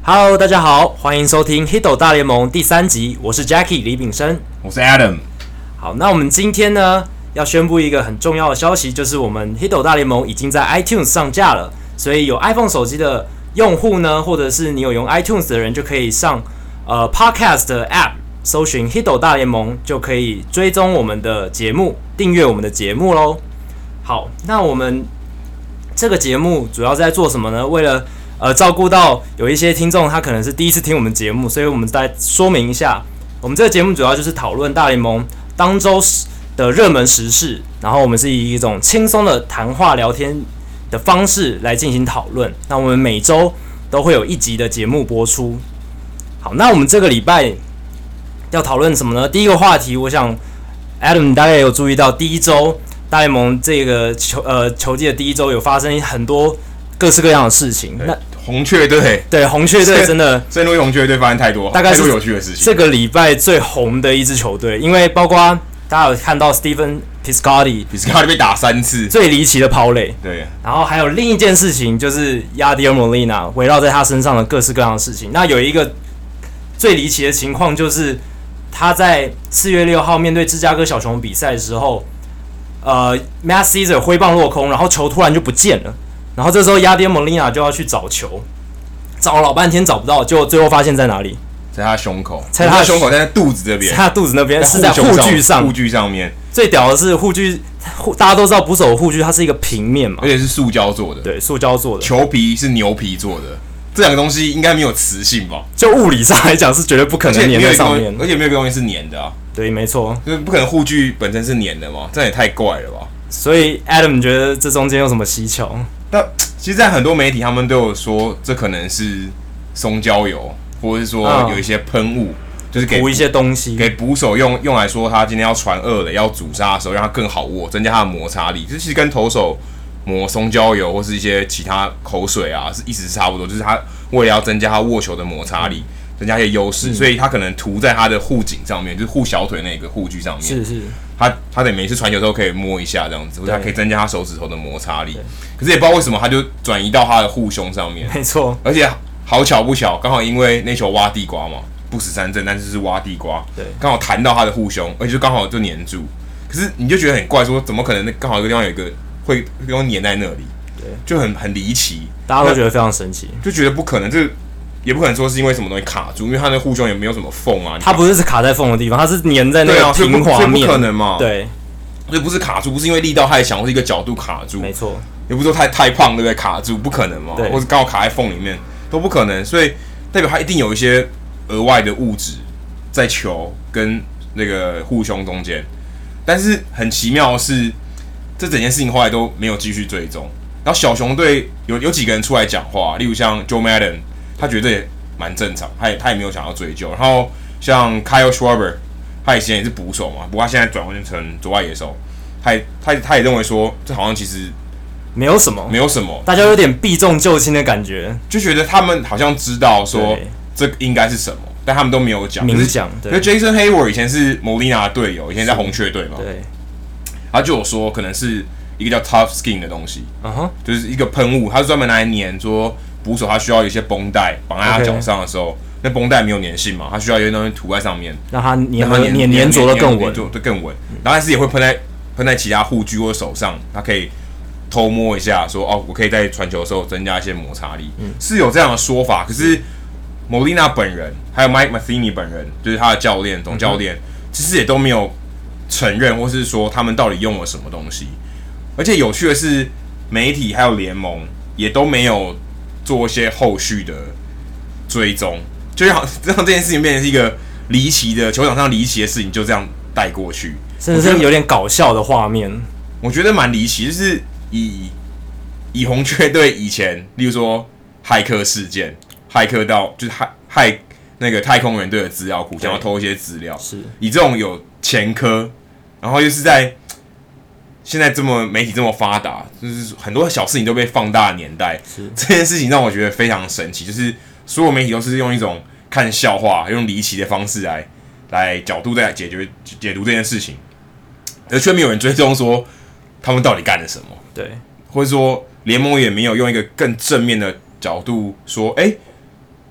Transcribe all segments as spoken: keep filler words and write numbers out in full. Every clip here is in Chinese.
Hello， 大家好，欢迎收听《Hito 大联盟》第三集，我是 Jackie 李炳生， 我是 Adam。 好，那我们今天呢要宣布一个很重要的消息，就是我们 Hito 大联盟已经在 iTunes 上架了，所以有 iPhone 手机的用户呢，或者是你有用 iTunes 的人，就可以上呃 Podcast 的 App 搜寻 Hito 大联盟，就可以追踪我们的节目，订阅我们的节目咯。好，那我们这个节目主要在做什么呢？为了呃照顾到有一些听众他可能是第一次听我们节目，所以我们再说明一下，我们这个节目主要就是讨论大联盟当周的热门时事，然后我们是以一种轻松的谈话聊天的方式来进行讨论。那我们每周都会有一集的节目播出。好，那我们这个礼拜要讨论什么呢？第一个话题，我想 Adam 大概也有注意到，第一周大联盟这个球呃球季的第一周有发生很多各式各样的事情。那红雀队对红雀队真的， 圣路易红雀队发生太多，大概是太多有趣的事情。 这个礼拜最红的一支球队，因为包括大家有看到 Stephen Piscotty，Piscotty 被打三次， 最离奇的跑垒。 对， 然后还有另一件事情，就是 Yadier Molina 围绕在他身上的各式各样的事情。那有一个最离奇的情况，就是他在四月六号面对芝加哥小熊比赛的时候，呃 ，Matt Caesar 挥棒落空，然后球突然就不见了。然后这时候 Yadier Molina 就要去找球，找了老半天找不到，结果最后发现在哪里？ 在他胸口，在他胸口，在他肚子这边， 在他肚子那边，是在护具上， 护具上面。 最屌的是护具，大家都知道捕手的护具它是一个平面嘛， 而且是塑胶做的， 对，塑胶做的。 球皮是牛皮做的，这两个东西应该没有磁性吧？ 就物理上来讲是绝对不可能粘在上面， 而且没有一个东西是粘的啊。 对，没错， 就是不可能护具本身是粘的嘛，这也太怪了吧？ 所以 Adam 你觉得这中间有什么蹊跷？ 那其实，在很多媒体他们都有说，这可能是松焦油，或者是说有一些喷雾，嗯、就是给补一些东西， 给捕手用用来说，他今天要传二垒要阻杀的时候，让他更好握，增加他的摩擦力。这其实跟投手抹松焦油或是一些其他口水啊，是意思是差不多，就是他为了要增加他握球的摩擦力，增加一些优势，嗯、所以他可能涂在他的护颈上面，就是护小腿那个护具上面。 是是。 他他得每次传球都可以摸一下这样子，或者他可以增加他手指头的摩擦力。可是也不知道为什么他就转移到他的护胸上面。 没错， 而且好巧不巧，刚好因为那球挖地瓜嘛，不死三振，但是是挖地瓜，对，刚好弹到他的护胸，而且就刚好就黏住。可是你就觉得很怪，说怎么可能？刚好一个地方有一个会地方黏在那里，对，就很很离奇， 大家都觉得非常神奇， 就觉得不可能这。也不可能说是因为什么东西卡住，因为它的护胸也没有什么缝啊。 它不是卡在缝的地方，它是粘在那个平滑面， 所以不可能嘛。 对， 所以不是卡住，不是因为力道太强或是一个角度卡住， 没错。 也不是说太太胖对不对？卡住不可能嘛，或是刚好卡在缝里面都不可能，所以代表它一定有一些额外的物质在球跟那个护胸中间。但是很奇妙的是，这整件事情后来都没有继续追踪。然后小熊队有有几个人出来讲话，例如像 Joe Madden。他觉得也蛮正常，他也他也没有想要追究。然后像 Kyle Schwarber， 他以前也是捕手嘛，不过他现在转换成左外野手，他也他他也认为说，这好像其实没有什么， 没有什么， 大家有点避重就轻的感觉， 就觉得他们好像知道说这应该是什么，但他们都没有讲明讲。 因为 Jason Hayward 以前是 Molina 的队友，以前在红雀队嘛， 对， 他就有说可能是一个叫 Tough Skin 的东西，嗯哼， uh-huh. 就是一个喷雾，他是专门拿来粘说。捕手他需要有一些绷带绑在他脚上的时候， okay. 那绷带没有粘性嘛，他需要有些东西涂在上面， 让它粘粘粘着的更稳， 就更稳。然后但是也会喷在喷在其他护具或手上，他可以偷摸一下说，说哦，我可以在传球的时候增加一些摩擦力，嗯、是有这样的说法。可是 Molina 本人还有 Mike Matheny 本人，就是他的教练总教练，嗯、其实也都没有承认，或是说他们到底用了什么东西。而且有趣的是，媒体还有联盟也都没有做一些后续的追踪，就让让这件事情变成是一个离奇的球场上离奇的事情，就这样带过去， 甚至是有点搞笑的画面。 我觉得蛮离奇，就是以以红雀队以前，例如说骇客事件，骇客到就是骇骇那个太空人队的资料库，想要偷一些资料，是以这种有前科，然后又是在现在这么媒体这么发达，就是很多小事情都被放大的年代，这件事情让我觉得非常神奇。就是所有媒体都是用一种看笑话、用离奇的方式来来角度在解决解读这件事情，而却没有人追踪说他们到底干了什么。 对， 或者说联盟也没有用一个更正面的角度说，哎、欸，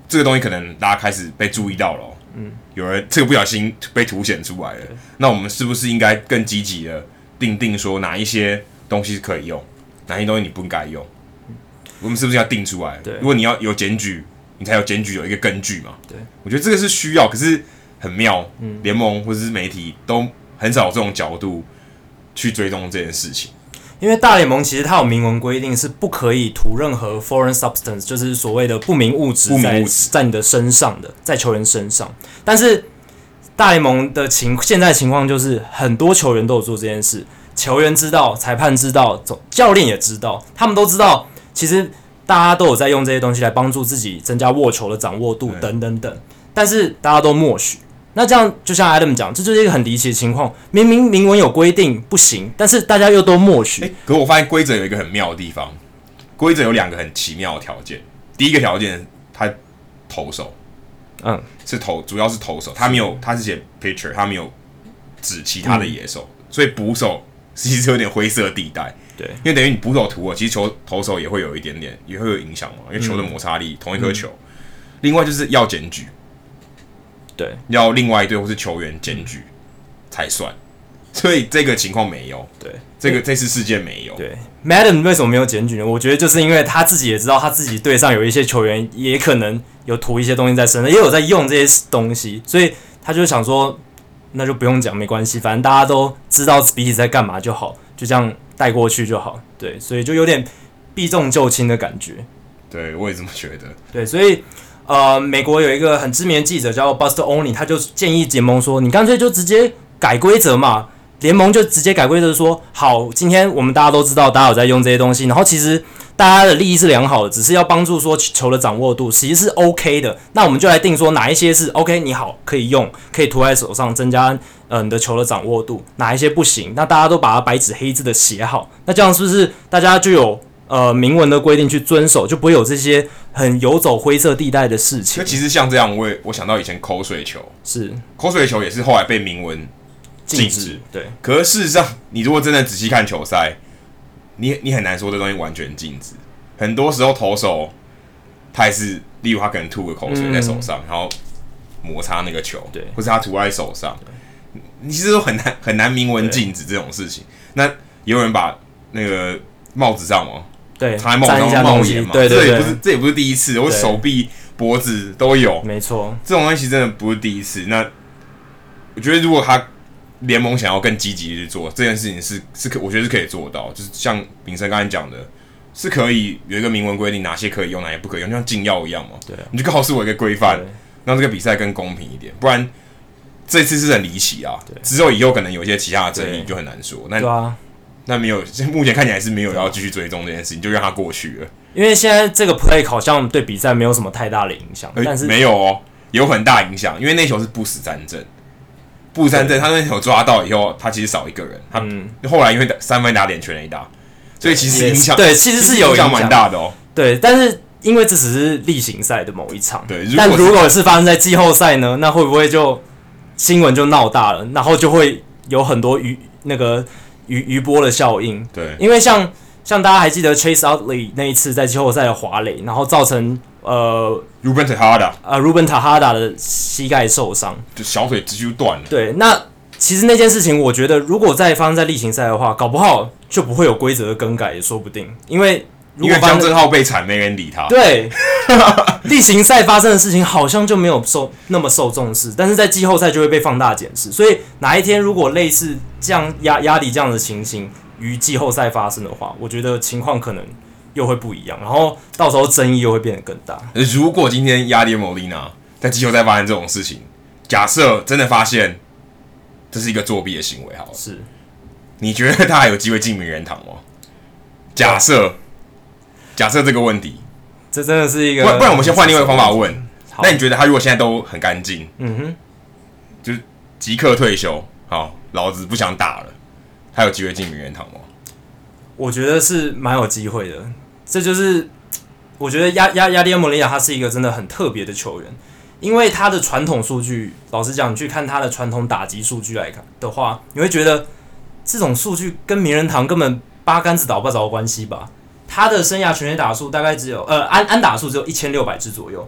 这个东西可能大家开始被注意到了、哦，嗯，有人这个不小心被凸显出来了，那我们是不是应该更积极的定定说哪一些东西是可以用，哪些东西你不应该用？我们是不是要定出来？如果你要有检举，你才有检举有一个根据嘛。 对， 我觉得这个是需要，可是很妙，嗯、联盟或者是媒体都很少有这种角度去追踪这件事情。 因为大联盟其实它有明文规定是不可以涂任何 foreign substance， 就是所谓的不明物质在在你的身上的，在球员身上。但是大联盟的情现在情况就是很多球员都有做这件事，球员知道，裁判知道，教练也知道，他们都知道，其实大家都有在用这些东西来帮助自己增加握球的掌握度等等等，但是大家都默许。那这样就像 Adam 讲，这就是一个很离奇的情况。明明明文有规定不行，但是大家又都默许。 欸、可是我发现规则有一个很妙的地方，规则有两个很奇妙的条件。第一个条件，他投手， 嗯， 是投，主要是投手，他没有，他是写 pitcher， 他没有指其他的野手，嗯、所以捕手其实有点灰色地带。 对， 因为等于你捕手图了，其实球投手也会有一点点，也会有影响嘛，因为球的摩擦力，嗯、同一颗球。嗯、另外就是要检举。 对， 要另外一队或是球员检举才算，所以这个情况没有。 对， 这个这次事件没有。 对 ，Madden 为什么没有检举呢？我觉得就是因为他自己也知道，他自己队上有一些球员也可能有涂一些东西在身上，也有在用这些东西，所以他就想说，那就不用讲，没关系，反正大家都知道彼此在干嘛就好，就这样带过去就好。对，所以就有点避重就轻的感觉。 对，我也这么觉得。 对，所以。呃，美国有一个很知名的记者叫 Buster Olney， 他就建议联盟说：“你干脆就直接改规则嘛。”联盟就直接改规则说：“好，今天我们大家都知道，大家有在用这些东西，然后其实大家的利益是良好的，只是要帮助说球的掌握度，其实是 OK 的。那我们就来定说哪一些是 OK， 你好可以用，可以涂在手上，增加呃你的球的掌握度，哪一些不行？那大家都把它白纸黑字的写好，那这样是不是大家就有？”呃，明文的规定去遵守，就不会有这些很游走灰色地带的事情。 那其实像这样，我也我想到以前口水球， 是口水球也是后来被明文禁止。 禁止对， 可是事实上，你如果真的仔细看球赛，你你很难说这东西完全禁止。很多时候投手他也是，例如他可能吐个口水在手上，嗯、然后摩擦那个球， 对， 或是他涂在手上，你其实都很难很难明文禁止这种事情。那也有人把那个帽子上嘛。 对， 他在帽子上冒烟嘛， 对对对， 这也不是这也不是第一次，我手臂、脖子都有， 没错， 这种东西真的不是第一次。那我觉得，如果他联盟想要更积极的去做这件事情是，是可，我觉得是可以做到，就是像炳生刚才讲的，是可以有一个明文规定，哪些可以用，哪些不可以用，就像禁药一样嘛。 对， 你就告诉我一个规范，让这个比赛更公平一点，不然这次是很离奇啊。之后以后可能有一些其他的争议就很难说。那对啊。 那没有，目前看起来是没有要继续追踪这件事情，就让它过去了。 因为现在这个 play 好像对比赛没有什么太大的影响， 欸、 但是没有哦，有很大影响，因为那球是不死三振，不死三振，他那球抓到以后，他其实少一个人，他、嗯、后来因为三分打点全垒打，所以其实影响对，其实是有影响蛮大的哦。 对，但是因为这只是例行赛的某一场， 对， 如但如果是发生在季后赛呢，那会不会就新闻就闹大了，然后就会有很多余那个。余余波的效应， 对， 因为像像大家还记得 Chase Utley 那一次在季后赛的滑垒，然后造成呃 Ruben Tejada 呃 Ruben Tejada 的膝盖受伤， 就小腿直接断了。 对，那其实那件事情，我觉得如果再发生在例行赛的话，搞不好就不会有规则的更改，也说不定，因为。 因为江正浩被铲，没人理他。 对，例行赛发生的事情好像就没有受那么受重视，但是在季后赛就会被放大检视。所以哪一天如果类似这样压压底这样的情形于季后赛发生的话，我觉得情况可能又会不一样，然后到时候争议又会变得更大。 如果今天亚迪莫利纳在季后赛发生这种事情，假设真的发现这是一个作弊的行为，好了， 是， 你觉得他还有机会进名人堂吗？假设。假设这个问题， 这真的是一个， 不然不然我们先换另外一个方法问。那你觉得他如果现在都很干净， 嗯哼， 就是即刻退休，好，老子不想打了，他有机会进名人堂吗？ 我觉得是蛮有机会的。这就是我觉得亚亚亚迪莫利亚他是一个真的很特别的球员，因为他的传统数据，老实讲，你去看他的传统打击数据来看的话，你会觉得这种数据跟名人堂根本八竿子打不着关系吧。他的生涯全垒打数大概只有呃安安打数只有一千六百支左右，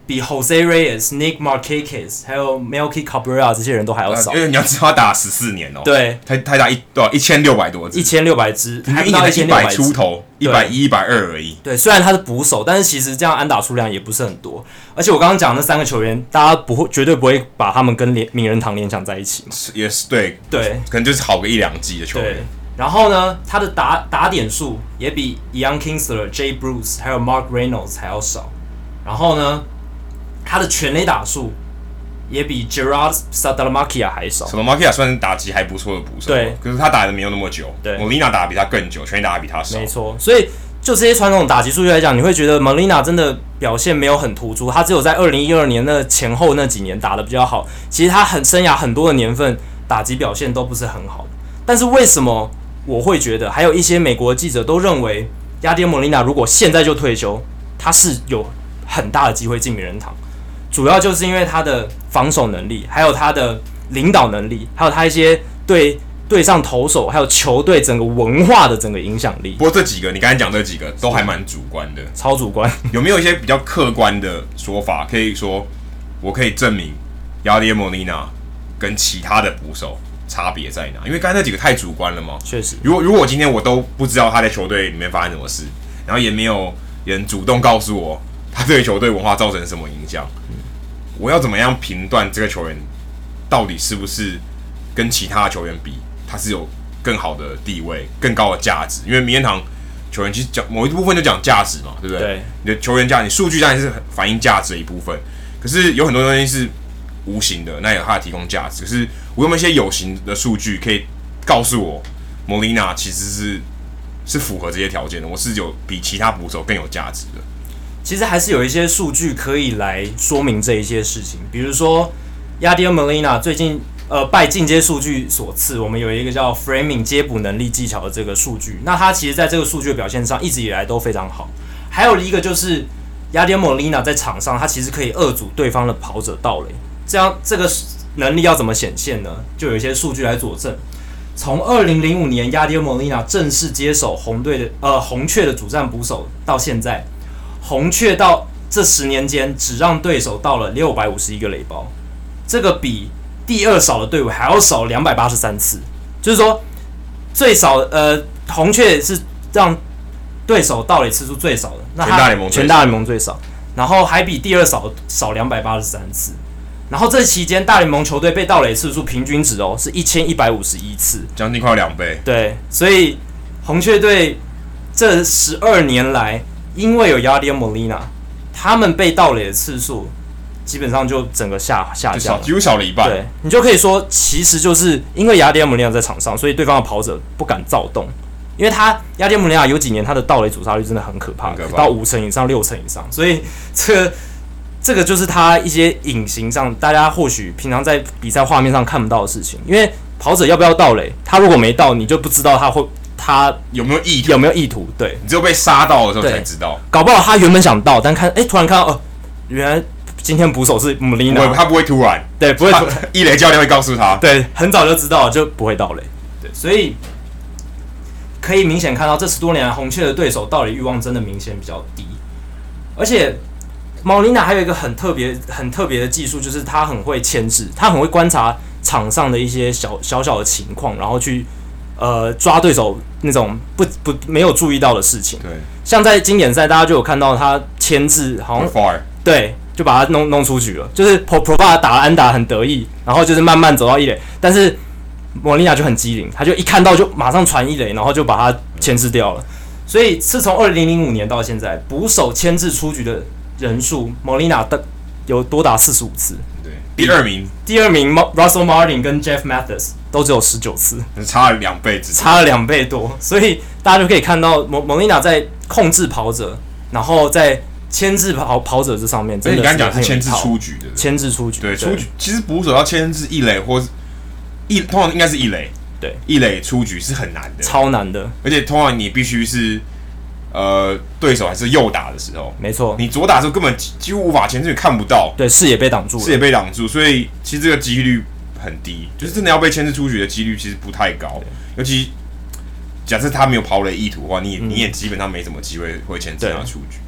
比 Jose Reyes、Nick Markakis 还有 Melky Cabrera 这些人都还要少。 因为你要知道他打十四年哦， 对， 他他打一多少一千六百多支， 一千六百支，还不到一千六百出头，一百一、一百二而已。 对，虽然他是捕手，但是其实这样安打数量也不是很多。而且我刚刚讲的那三个球员，大家不会绝对不会把他们跟名人堂联想在一起嘛？ 也是对对， 可能就是好个一两季的球员。 然后呢，他的打打点数也比 Ian Kinsler、Jay Bruce 还有 Mark Reynolds 还要少。然后呢，他的全垒打数也比 Gerard Saltalamacchia 还少。 Saltalamacchia 算是打击还不错的捕手， 对， 可是他打的没有那么久。 对 ，Molina 打的比他更久，全垒打的比他少。 没错，所以就这些传统打击数据来讲，你会觉得 Molina 真的表现没有很突出，他只有在二零一二年那前后那几年打的比较好。其实他很生涯很多的年份打击表现都不是很好的。但是为什么我会觉得，还有一些美国的记者都认为Yadier Molina如果现在就退休，他是有很大的机会进名人堂，主要就是因为他的防守能力，还有他的领导能力，还有他一些对对上投手，还有球队整个文化的整个影响力。 不过这几个你刚才讲这几个都还蛮主观的， 超主观。 有没有一些比较客观的说法，可以说我可以证明 Yadier Molina 跟其他的捕手差别在哪？因为刚才那几个太主观了嘛。 确实， 如果如果今天我都不知道他在球队里面发生什么事，然后也没有人主动告诉我他对球队文化造成什么影响，嗯、我要怎么样评断这个球员到底是不是跟其他的球员比，他是有更好的地位、更高的价值？因为名人堂球员其实讲某一部分就讲价值嘛，对不对？对，你的球员价，你数据当然是反映价值的一部分，可是有很多东西是无形的，那有它的提供价值。可是我有没有一些有形的数据可以告诉我 ，Molina 其实是是符合这些条件的，我是有比其他捕手更有价值的。 其实还是有一些数据可以来说明这一些事情，比如说 Yadier Molina 最近呃拜进阶数据所赐，我们有一个叫 Framing 接捕能力技巧的这个数据，那他其实在这个数据的表现上一直以来都非常好。还有一个就是 Yadier Molina 在场上，他其实可以遏阻对方的跑者盗垒，这样这个能力要怎么显现呢？就有一些数据来佐证。从二零零五年 Yadier Molina 正式接手红队的呃红雀的主战捕手到现在，红雀到这十年间只让对手到了六百五十一个垒包，这个比第二少的队伍还要少两百八十三次。就是说，最少呃红雀是让对手盗垒次数最少的，那他全大联盟最少，然后还比第二少少两百八十三次。然后这期间大联盟球队被盗垒次数平均值哦是一千一百五十一次， 将近快两倍。 对，所以红雀队这十二年来，因为有 Yadier Molina， 他们被盗垒的次数基本上就整个下下降了， 几乎少了一半。 对，你就可以说，其实就是因为 Yadier Molina 在场上，所以对方的跑者不敢躁动，因为他 Yadier Molina 有几年他的盗垒阻杀率真的很可怕，可怕到五成以上、六成以上，所以这个。这个就是他一些隐形上，大家或许平常在比赛画面上看不到的事情。因为跑者要不要盗垒，他如果没到，你就不知道他会他有没有意图， 有没有意图。对， 你只有被杀到的时候才知道。 搞不好他原本想到，但看哎、欸，突然看到哦，原来今天捕手是 Molina， 他不会突然， 对，不会突然， 一垒教练会告诉他， 对，很早就知道就不会盗垒。对，所以可以明显看到这十多年来红雀的对手盗垒欲望真的明显比较低，而且。Molina 还有一个很特别、很特别的技术，就是他很会牵制，他很会观察场上的一些小小小的情况，然后去呃抓对手那种不不没有注意到的事情。 对， 像在经典赛，大家就有看到他牵制，好像对，就把他弄弄出局了。就是 Provada 打了安打很得意，然后就是慢慢走到一垒，但是 Molina 就很机灵，他就一看到就马上传一垒，然后就把他牵制掉了。所以是从二零零五年到现在，捕手牵制出局的人数 ，Molina 的有多达四十五次。 对，第二名， 第二名 Russell Martin 跟 Jeff Mathis 都只有十九次， 差了两倍， 差了两倍多。所以大家就可以看到 Molina 在控制跑者，然后在牵制跑跑者这上面，真的是你刚讲是牵制出局的， 牵制出局， 对，出局。其实捕手要牵制一垒或是一，通常应该是一垒， 对， 一垒出局是很难的， 超难的， 而且通常你必须是。呃，对手还是右打的时候， 没错， 你左打的时候根本几乎无法牵制，看不到， 对，视野被挡住了， 视野被挡住，所以其实这个几率很低，就是真的要被牵制出局的几率其实不太高，尤其假设他没有跑垒意图的话，你也、嗯、你也基本上没什么机会会牵制他出局，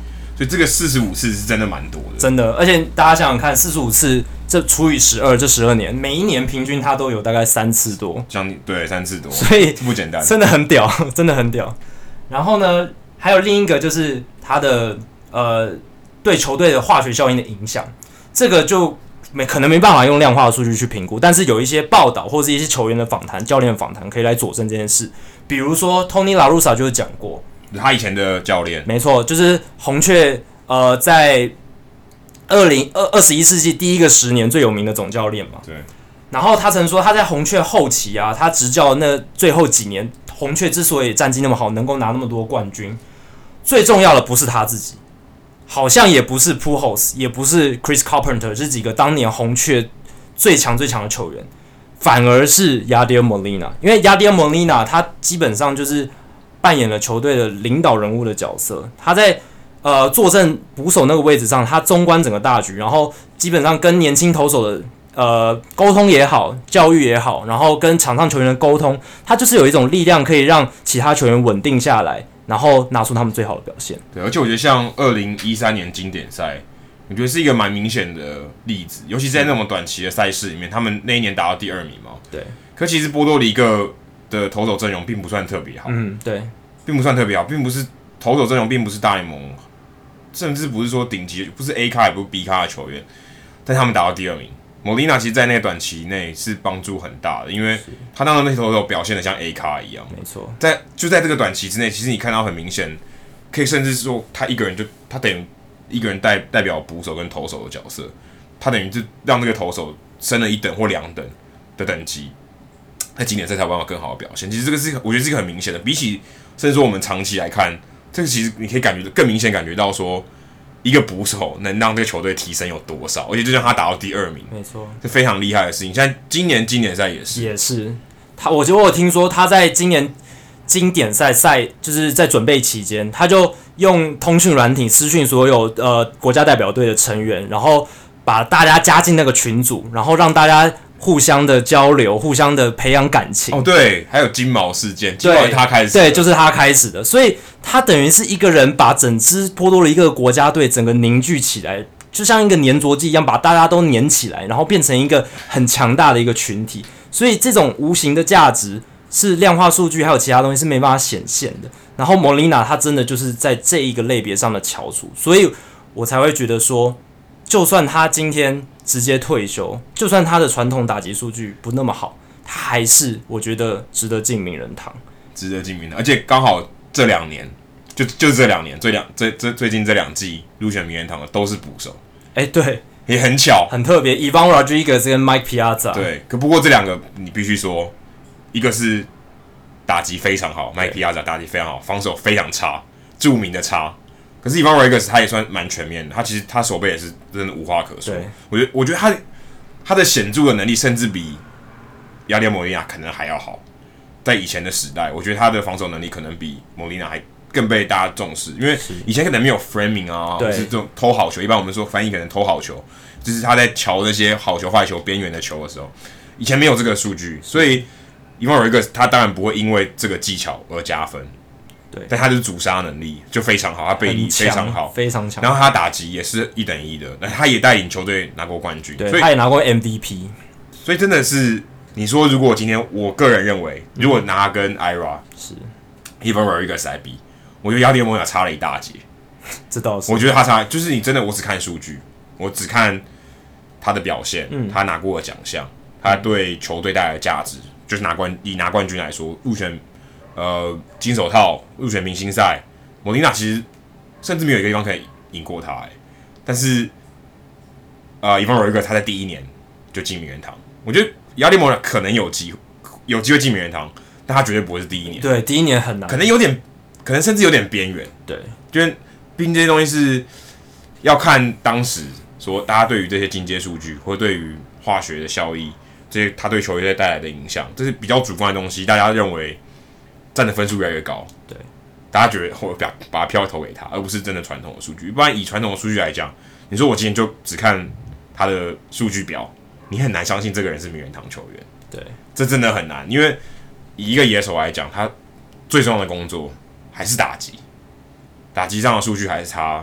所以这个四十五次是真的蛮多的， 真的。而且大家想想看，四十五次这除以十二，这十二年，每一年平均他都有大概三次多， 像对三次多， 所以不简单， 真的很屌，真的很屌。然后呢，还有另一个就是他的呃对球队的化学效应的影响，这个就没可能没办法用量化的数据去评估，但是有一些报道或是一些球员的访谈、教练的访谈可以来佐证这件事。比如说 Tony La Russa 就是讲过， 他以前的教练， 没错，就是红雀呃在二零二二十一世纪第一个十年最有名的总教练嘛。 对。 然后他曾说他在红雀后期啊，他执教那最后几年，红雀之所以战绩那么好，能够拿那么多冠军，最重要的不是他自己，好像也不是 Pujols， 也不是 Chris Carpenter 这几个当年红雀最强最强的球员，反而是 Yadier Molina， 因为 Yadier Molina 他基本上就是扮演了球队的领导人物的角色，他在呃坐镇捕手那个位置上，他纵观整个大局，然后基本上跟年轻投手的呃沟通也好，教育也好，然后跟场上球员的沟通，他就是有一种力量可以让其他球员稳定下来，然后拿出他们最好的表现。 对，而且我觉得像二零一三年经典赛，我觉得是一个蛮明显的例子，尤其在那种短期的赛事里面，他们那一年打到第二名嘛。 对。 可其实波多黎各的投手阵容并不算特别好， 嗯，对， 并不算特别好，并不是投手阵容并不是大联盟，甚至不是说顶级，不是 A 咖也不是 B 咖的球员，但他们打到第二名。莫莉娜其实，在那个短期内是帮助很大的，因为他当时那投手表现的像 A 咖一样， 没错， 在就在这个短期之内，其实你看到很明显，可以甚至说他一个人就他等于一个人代代表捕手跟投手的角色，他等于就让这个投手升了一等或两等的等级，在经典赛才有办法更好的表现。其实这个是我觉得是一个很明显的，比起甚至说我们长期来看，这个其实你可以感觉更明显感觉到说，一个捕手能让这个球队提升有多少，而且就像他打到第二名， 没错， 是非常厉害的事情。像今年经典赛也是， 也是他，我觉得我有听说他在今年经典赛赛就是在准备期间，他就用通讯软体私讯所有呃国家代表队的成员，然后把大家加进那个群组，然后让大家互相的交流，互相的培养感情。 哦，对，还有金毛事件，金毛是他开始的， 对，就是他开始的，所以他等于是一个人把整支波多黎各国家队整个凝聚起来，就像一个粘着剂一样，把大家都粘起来，然后变成一个很强大的一个群体。所以这种无形的价值是量化数据还有其他东西是没办法显现的。然后莫莉娜他真的就是在这一个类别上的翘楚，所以我才会觉得说，就算他今天直接退休，就算他的传统打击数据不那么好，他还是我觉得值得进名人堂， 值得进名的。而且刚好这两年，就就这两年，最两最最最近这两季入选名人堂的都是捕手， 哎、欸，对， 也很巧， 很特别。Ivan Rodriguez 跟 Mike Piazza， 对，可不过这两个你必须说，一个是打击非常好 ，Mike Piazza 打击非常好，防守非常差，著名的差。可是 Ivan Rodriguez 他也算蛮全面的，他其实他手背也是真的无话可说。我觉得我觉得他他的显著的能力甚至比亚历莫莉娜可能还要好。在以前的时代，我觉得他的防守能力可能比莫莉娜还更被大家重视，因为以前可能没有 framing 啊，或是这种偷好球。一般我们说翻译可能偷好球，就是他在瞧那些好球坏球边缘的球的时候，以前没有这个数据，所以 Ivan Rodriguez 他当然不会因为这个技巧而加分。 对， 但他的阻杀能力就非常好，他背力非常好， 非常强。 然后他打击也是一等一的，那他也带领球队拿过冠军， 对，他也拿过 M V P。 所以真的是，你说如果今天我个人认为，如果拿他跟 Ira 是 Ivan Rodriguez 来比，我觉得亚历莫亚差了一大截。 这倒是， 我觉得他差，就是你真的我只看数据，我只看他的表现，嗯、他拿过的奖项，他对球队带来的价值，就是拿冠以拿冠军来说，入选。呃，金手套入选明星赛，莫莉娜其实甚至没有一个地方可以赢过他、欸，但是呃，伊凡罗伊格他在第一年就进名人堂，我觉得亚历莫纳可能有机会有机会进名人堂，但他绝对不会是第一年。 对，第一年很难， 可能有点，可能甚至有点边缘。 对， 因为毕竟这些东西是要看当时说大家对于这些进阶数据或对于化学的效益，这些他对球队带来的影响，这是比较主观的东西，大家认为。占的分数越来越高， 对， 大家觉得我把把票投给他，而不是真的传统的数据。不然以传统的数据来讲，你说我今天就只看他的数据表，你很难相信这个人是名人堂球员。 对， 这真的很难，因为以一个野手来讲，他最重要的工作还是打击，打击上的数据还是他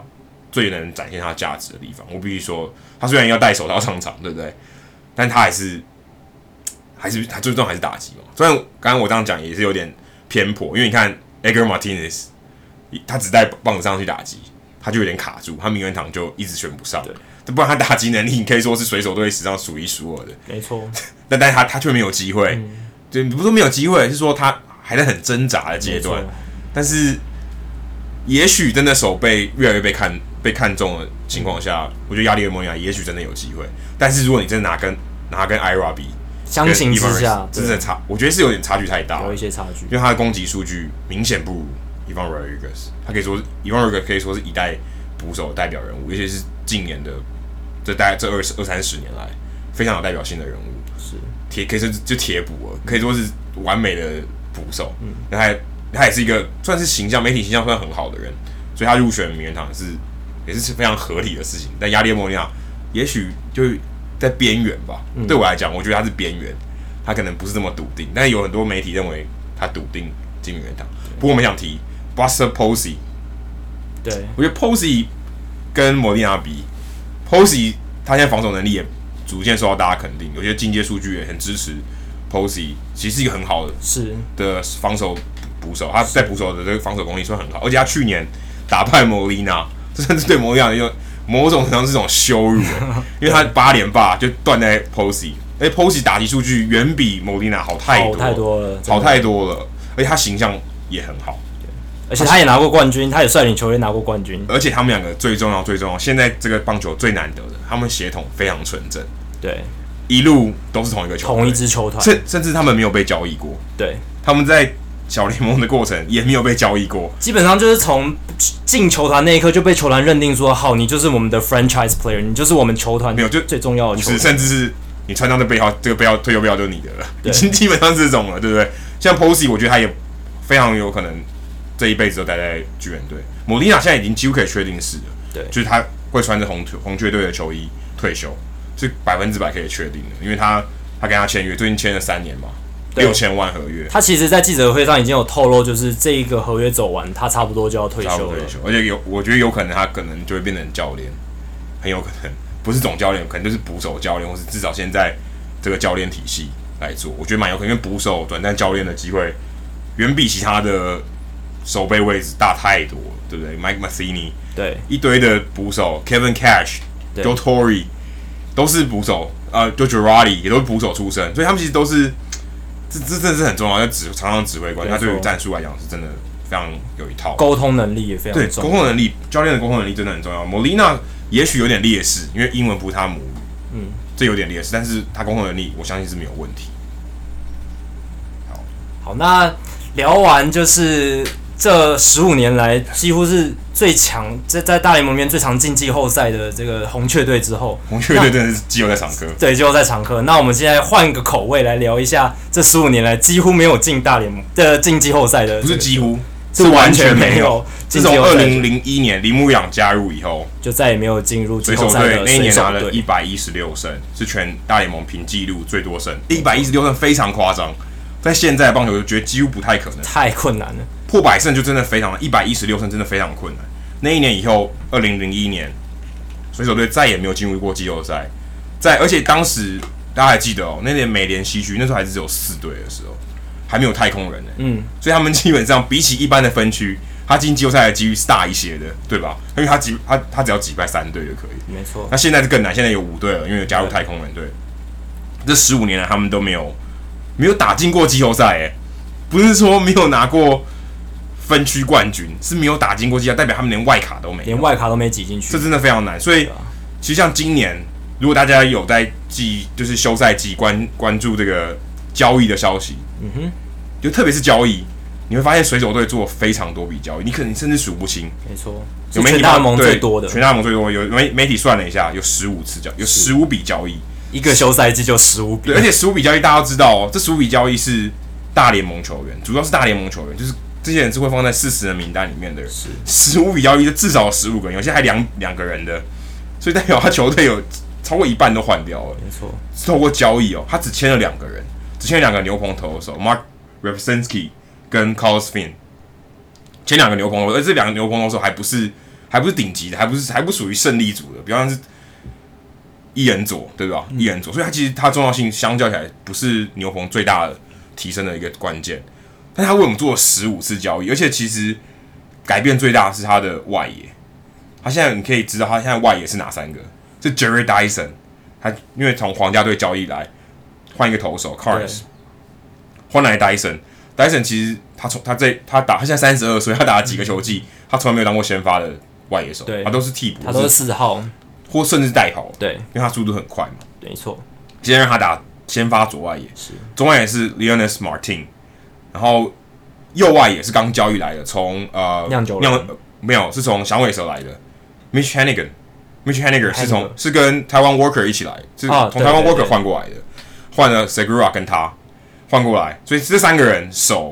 最能展现他价值的地方。我必须说，他虽然要戴手套上场，对不对？但他还是还是他最重要还是打击嘛。虽然刚刚我这样讲也是有点偏颇，因为你看 Edgar Martinez， 他只带棒子上去打击，他就有点卡住，他名人堂就一直选不上。不然他打击能力，你可以说是水手队史上数一数二的。 没错。 但但是他他却没有机会，嗯、就不是说没有机会，是说他还在很挣扎的阶段。但是也许真的手背越来越被看被看中的情况下，我觉得亚利莫尼亚也许真的有机会。但是如果你真的拿跟拿跟 Ira 比， 相形之下， 真的差，我觉得是有点差距太大， 有一些差距， 因为他的攻击数据明显不如 Ivan Rodriguez， 他可以说 Ivan Rodriguez 可以说是一代捕手的代表人物，尤其是近年的这大概这二十二三十年来非常有代表性的人物， 是铁可以说就铁捕了，可以说是完美的捕手，嗯，他还他也是一个算是形象媒体形象算很好的人，所以他入选名人堂是也是非常合理的事情。但亚利莫尼亚也许就在边缘吧，嗯、对我来讲，我觉得他是边缘，他可能不是这么笃定，但是有很多媒体认为他笃定进名人堂。不过我们想提 Buster Posey， 对， 我觉得 Posey 跟莫利纳比 ，Posey 他现在防守能力也逐渐受到大家肯定，有些进阶数据也很支持 Posey， 其实是一个很好的是的防守捕手，他在捕手的这个防守功力算很好，而且他去年打败莫利纳，这甚至对莫利纳有某种程度上是种羞辱，因为他八连霸就断在 Posey， 而且 Posey 打击数据远比莫利纳好太多， 好太多了， 好太多了，而且他形象也很好。 而且他也拿过冠军，他也率领球队拿过冠军。 而且他们两个最重要、最重要，现在这个棒球最难得的，他们血统非常纯正。 对， 一路都是同一个球队， 同一支球团， 甚甚至他们没有被交易过。 对， 他们在小联盟的过程也没有被交易过。 基本上就是从进球团那一刻就被球团认定说，好，你就是我们的 franchise player， 你就是我们球团没有就最重要的球员， 甚至是你穿上这背号，这个背号退休背号就是你的了，已经基本上是这种了，对不对？像 Posey， 我觉得他也非常有可能。这一辈子都待在巨人队，莫利纳现在已经几乎可以确定是了， 对， 就是他会穿着红红雀队的球衣退休，是百分之百可以确定的，因为他他跟他签约，最近签了三年嘛，六千万合约。 他其实，在记者会上已经有透露，就是这一个合约走完，他差不多就要退休了。 退休，而且有，我觉得有可能他可能就会变成教练，很有可能不是总教练，可能就是捕手教练，或是至少现在这个教练体系来做，我觉得蛮有可能，因为捕手转战教练的机会远比其他的。守备位置大太多了，对不对 ？Mike Matheny， 对， 一堆的捕手 ，Kevin Cash、Joe Torre 都是捕手，呃 ，Joe Girardi 也都是捕手出身，所以他们其实都是，这这真的是很重要，在指常常指挥官，他对于战术来讲是真的非常有一套， 沟通能力也非常重要， 对，沟通能力，教练的沟通能力真的很重要。Molina 也许有点劣势，因为英文不是他母语，嗯，这有点劣势，但是他沟通能力，我相信是没有问题。 好，好，那聊完就是。这十五年来，几乎是最强在在大联盟里面最常进季后赛的这个红雀队之后， 红雀队真的是季后赛常客。 对，季后赛常客。那我们现在换个口味来聊一下，这十五年来几乎没有进大联盟的进季后赛的、這個， 不是几乎， 是完全没有。 自从二零零一年铃木养加入以后， 就再也没有进入季后赛的水手队。 那一年拿了一百一十六胜，是全大联盟平纪录最多胜，一百一十六胜非常夸张。在现在的棒球，我觉得几乎不太可能， 太困难了。 破百胜就真的非常，一百一十六胜真的非常困难。那一年以后，二零零一年，水手队再也没有进入过季后赛。在而且当时大家还记得哦，那年美联西区那时候还是只有四队的时候，还没有太空人呢。嗯，所以他们基本上比起一般的分区，他进季后赛的几率是大一些的，对吧？因为他击他他只要击败三队就可以。 没错。 那现在是更难，现在有五队了，因为有加入太空人队。这十五年来，他们都没有。没有打进过季后赛，哎，不是说没有拿过分区冠军，是没有打进过季后赛，代表他们连外卡都没有， 连外卡都没挤进去， 这真的非常难。所以，其实像今年，如果大家有在季就是休赛季关关注这个交易的消息，嗯哼，就特别是交易，你会发现水手队做了非常多笔交易，你可能甚至数不清。 没错，有全大联盟最多的， 全大联盟最多，有媒媒体算了一下，有十五次交，有十五笔交易。 一个休赛季就十五笔， 对，而且十五笔交易大家都知道哦，这十五笔交易是大联盟球员，主要是大联盟球员，就是这些人是会放在四十人名单里面的人。是十五笔交易就至少有十五个人，有些还两两个人的，所以代表他球队有超过一半都换掉了。 没错， 是透过交易哦，他只签了两个人，只签了两个牛棚投手 ，Mark Repsinski 跟 Carlos Fin，签两个牛棚投手，而这两个牛棚投手还不是还不是顶级的，还不是还不属于胜利组的，比方是一人左，对吧？一人左，所以他其实他重要性相较起来不是牛棚最大的提升的一个关键，但他为我们做了十五次交易，而且其实改变最大的是他的外野。他现在你可以知道他现在外野是哪三个？是 Jerry Dyson， 他因为从皇家队交易来换一个投手 Cars， 换来 Dyson。Dyson 其实他从他在他打他现在三十二岁，他打了几个球季，他从来没有当过先发的外野手，他都是替补， 他都是四号， 或甚至代跑， 对， 因为他速度很快嘛， 没错。 先让他打先发左外野， 是中外野是 Leonys Martin， 然后右外野是刚交易来的，从呃酿酒人、 呃、没有是从响尾蛇来的 Mitch Haniger，Mitch Haniger 是从是跟台湾 Walker 一起来，是从台湾 Walker 换过来的，换了 Segura 跟他。换过来，所以这三个人守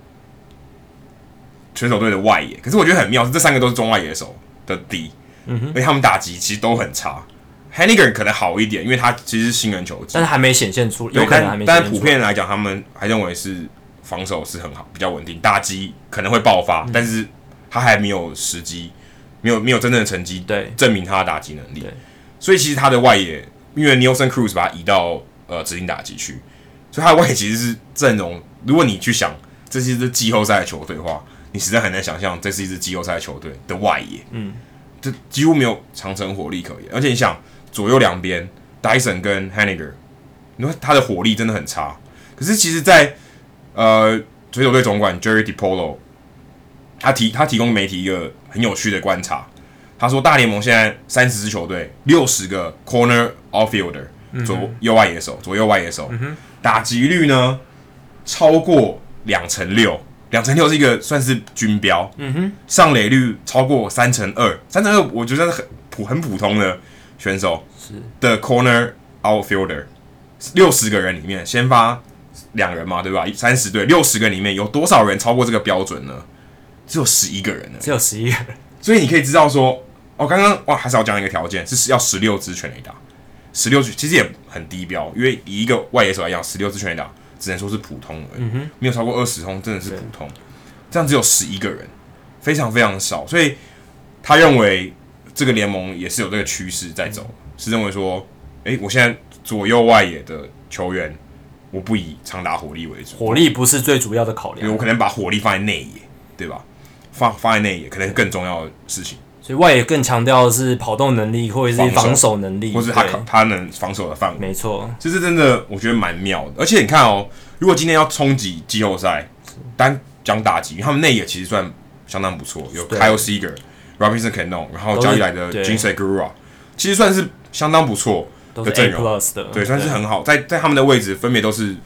选手队的外野，可是我觉得很妙，是这三个都是中外野手的底，嗯哼，而且他们打击其实都很差。Haniger 可能好一点，因为他其实是新人球季， 但是还没显现出，有可能还没显现出。 但但普遍来讲，他们还认为是防守是很好，比较稳定，打击可能会爆发，嗯、但是他还没有时机，没有没有真正的成绩证明他的打击能力。所以其实他的外野，因为 Nelson Cruz 把他移到呃指定打击区。所以他的外野其实是阵容，如果你去想这是一支季后赛的球队的话，你实在很难想象这是一支季后赛的球队的外野，嗯，这几乎没有长程火力可言。而且你想左右两边 Dyson 跟 Haniger， 你说他的火力真的很差。可是其实在，在呃水手队总管 Jerry DiPolo， 他提他提供媒体一个很有趣的观察，他说大联盟现在三十支球队，六十个 corner outfielder。左右外野手，左右外野手，嗯、打击率呢超过两成六，两成六是一个算是均标。嗯哼，上垒率超过三成二，三成二我觉得是很普很普通的选手的 corner outfielder， 六十个人里面先发两人嘛，对吧？三十队六十个里面有多少人超过这个标准呢？只有十一个人了， 只有十一个人。 所以你可以知道说，哦，刚刚哇还是要讲一个条件，是要十六支全垒打。十六支其实也很低标，因为以一个外野手来讲，十六支全垒打只能说是普通而已，嗯、没有超过二十轰，真的是普通。这样只有十一个人，非常非常少。所以他认为这个联盟也是有这个趋势在走，嗯、是认为说，哎、欸，我现在左右外野的球员，我不以长打火力为主， 火力不是最主要的考量， 我可能把火力放在内野，对吧？放放在内野可能是更重要的事情。 所以外野更强调的是跑动能力，或者是防守能力， 或是他他能防守的范围。 没错， 这是真的，我觉得蛮妙的。而且你看哦，如果今天要冲击季后赛，单讲打击，他们内野其实算相当不错，有 Kyle Seager、Robinson Cano， 然后交易来的 Jin Segura， 其实算是相当不错的阵容， 的对，算是很好。在在他们的位置分别都是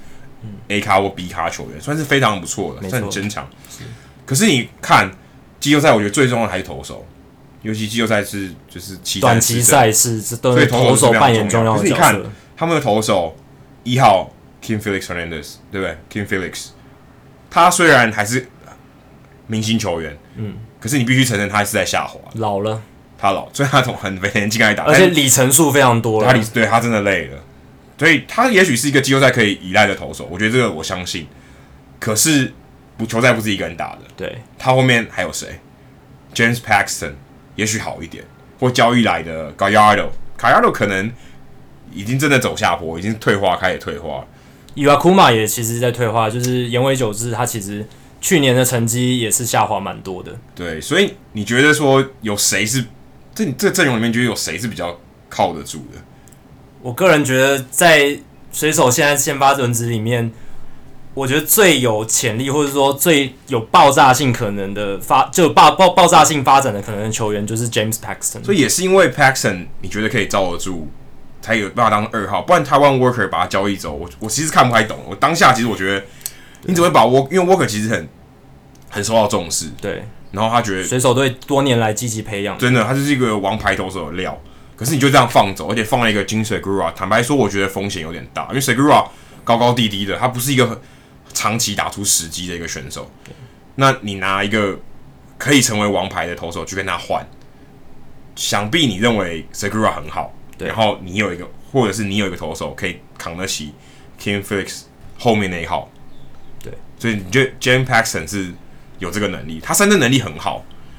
A 咖或 B 咖球员，算是非常不错的，算很坚强。可是你看季后赛，我觉得最重要的还是投手。尤其季后赛是就是短期赛事，这都是投手扮演重要的角色。可是你看他们的投手一号 Kim Felix Hernandez， 对不对 ？Kim Felix， 他虽然还是明星球员，嗯，可是你必须承认他是在下滑， 老了， 他老，所以他从很年轻开始打， 而且里程数非常多了。 他里对他真的累了，所以他也许是一个季后赛可以依赖的投手，我觉得这个我相信。可是不球赛不是一个人打的， 对， 他后面还有谁 ？James Paxton。也许好一点，或交易来的 Gallardo，Gallardo 可能已经真的走下坡，已经退化，开始退化。 伊瓦库马也其实在退化，就是言为久之，他其实去年的成绩也是下滑蛮多的。 对，所以你觉得说有谁是这这阵容里面，觉得有谁是比较靠得住的？ 我个人觉得，在水手现在先发轮值里面。我觉得最有潜力，或者说最有爆炸性可能的发，就爆爆爆炸性发展的可能的球员，就是 James Paxton。 所以也是因为 Paxton， 你觉得可以罩得住，才有办法当二号，不然台湾 Walker 把他交易走，我我其实看不太懂。我当下其实我觉得，你怎么会把 Walker， 因为 Walker 其实很很受到重视， 对。 然后他觉得水手队多年来积极培养， 真的他就是一个王牌投手的料。可是你就这样放走，而且放了一个金 Segura， 坦白说，我觉得风险有点大，因为 Segura 高高低低的，他不是一个很长期打出时机的一个选手，那你拿一个可以成为王牌的投手去跟他换，想必你认为 Segura 很好，然后你有一个，或者是你有一个投手可以扛得起 Kim Felix 后面那一号， 对， 所以你觉得 James Paxton 是有这个能力，他三振能力很好，